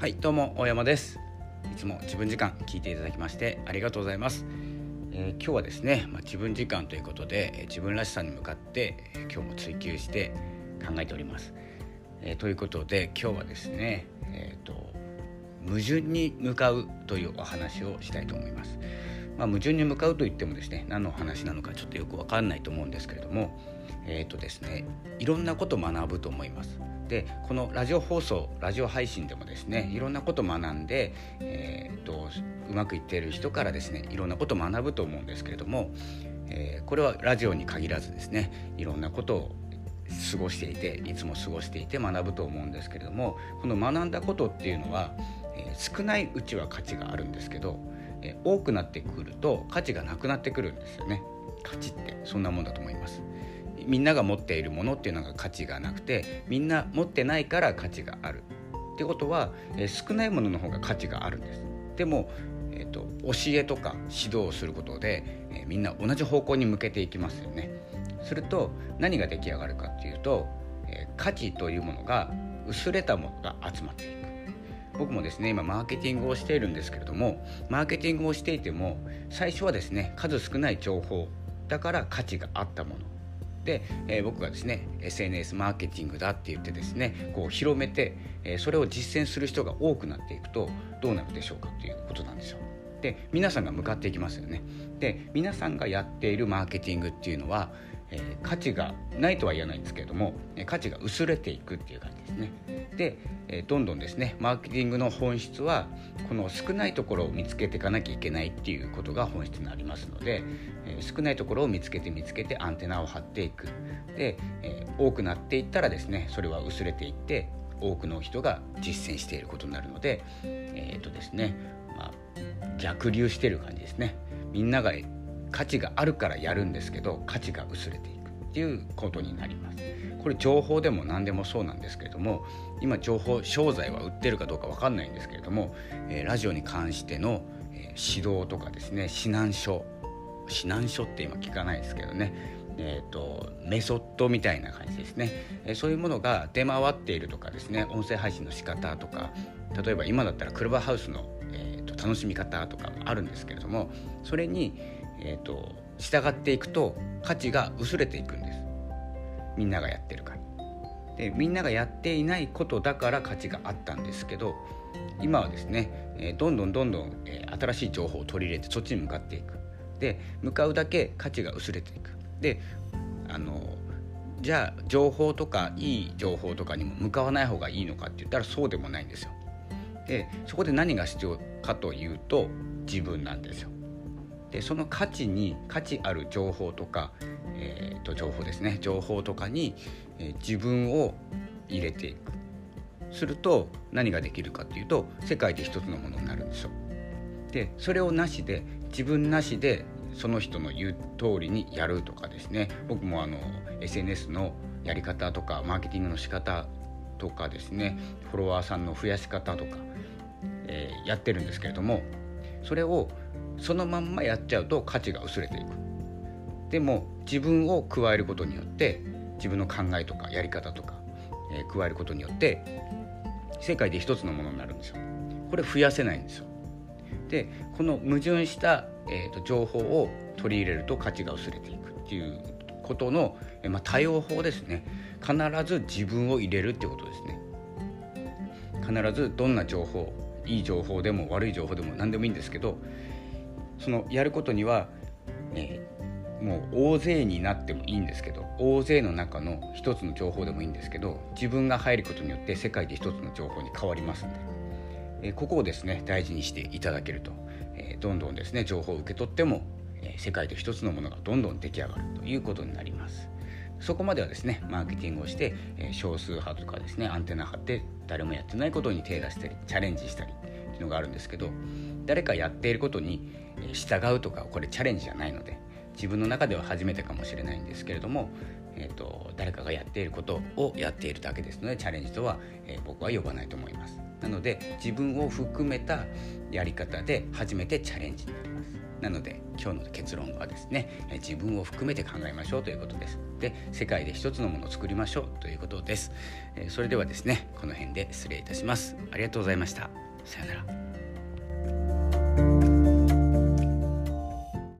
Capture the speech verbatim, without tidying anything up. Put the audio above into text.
はい、どうも大山です。いつも自分時間聞いていただきましてありがとうございます。えー、今日はですね、まあ、自分時間ということで、えー、自分らしさに向かって、えー、今日も追求して考えております。えー、ということで今日はですね、えーと、矛盾に向かうというお話をしたいと思います。まあ、矛盾に向かうといってもですね、何のお話なのかちょっとよく分かんないと思うんですけれども、えーとですね、いろんなことを学ぶと思います。でこのラジオ放送ラジオ配信でもですね、いろんなことを学んで、えー、とうまくいっている人からですね、いろんなことを学ぶと思うんですけれども、えー、これはラジオに限らずですね、いろんなことを過ごしていていつも過ごしていて学ぶと思うんですけれども、この学んだことっていうのは、えー、少ないうちは価値があるんですけど、えー、多くなってくると価値がなくなってくるんですよね。価値ってそんなもんだと思います。みんなが持っているものっていうのが価値がなくて、みんな持ってないから価値があるってことは、えー、少ないものの方が価値があるんです。でも、えーと、教えとか指導をすることで、えー、みんな同じ方向に向けていきますよね。すると何が出来上がるかっていうと、えー、価値というものが薄れたものが集まっていく。僕もですね、今マーケティングをしているんですけれども、マーケティングをしていても最初はですね、数少ない情報だから価値があったもので、えー、僕がですね エスエヌエス マーケティングだって言ってですね、こう広めて、えー、それを実践する人が多くなっていくとどうなるでしょうかということなんですよ。で皆さんが向かっていきますよね。で皆さんがやっているマーケティングっていうのは、えー、価値がないとは言わないんですけれども、価値が薄れていくっていう感じですね。で、えー、どんどんですね、マーケティングの本質はこの少ないところを見つけていかなきゃいけないっていうことが本質になりますので、えー、少ないところを見つけて見つけてアンテナを張っていく。で、えー、多くなっていったらですね、それは薄れていって多くの人が実践していることになるので、えーとですね、まあ、逆流している感じですね。みんなが価値があるからやるんですけど、価値が薄れていくっていうことになります。これ情報でも何でもそうなんですけれども、今情報商材は売ってるかどうか分かんないんですけれども、えー、ラジオに関しての、えー、指導とかですね、指南書指南書って今聞かないですけどね、えーと、メソッドみたいな感じですね、えー、そういうものが出回っているとかですね、音声配信の仕方とか、例えば今だったらクラブハウスの、えーと、楽しみ方とかもあるんですけれども、それに、えーと、従っていくと価値が薄れていくんです。みんながやってるから。でみんながやっていないことだから価値があったんですけど、今はですね、えー、どんどんどんどん、えー、新しい情報を取り入れてそっちに向かっていく。で向かうだけ価値が薄れていく。であのじゃあ情報とかいい情報とかにも向かわない方がいいのかって言ったらそうでもないんですよ。でそこで何が必要かというと自分なんですよ。でその価値に価値ある情報とか、えー、と情報ですね情報とかに、えー、自分を入れていく。すると何ができるかっていうと、世界で一つのものになるんですよ。でそれをなしで、自分なしでその人の言う通りにやるとかですね、僕もあの エスエヌエス のやり方とかマーケティングの仕方とかですね、フォロワーさんの増やし方とか、えー、やってるんですけれども、それをそのまんまやっちゃうと価値が薄れていく。でも自分を加えることによって、自分の考えとかやり方とか、えー、加えることによって世界で一つのものになるんですよ。これ増やせないんですよ。でこの矛盾した、えー、と情報を取り入れると価値が薄れていくっていうことの、えーまあ、対応法ですね。必ず自分を入れるってことですね。必ずどんな情報、いい情報でも悪い情報でも何でもいいんですけど、そのやることには、えー、もう大勢になってもいいんですけど、大勢の中の一つの情報でもいいんですけど、自分が入ることによって世界で一つの情報に変わりますので、えー、ここをですね大事にしていただけると、えー、どんどんですね情報を受け取っても、えー、世界で一つのものがどんどん出来上がるということになります。そこまではですねマーケティングをして、えー、少数派とかですねアンテナ張って誰もやってないことに手出したりチャレンジしたりっていうのがあるんですけど、誰かやっていることに従うとか、これチャレンジじゃないので、自分の中では初めてかもしれないんですけれども、えーと、誰かがやっていることをやっているだけですので、チャレンジとは、えー、僕は呼ばないと思います。なので自分を含めたやり方で初めてチャレンジになります。 なので今日の結論はですね、自分を含めて考えましょうということです。で、世界で一つのものを作りましょうということです。それではですね、この辺で失礼いたします。ありがとうございました。さようなら。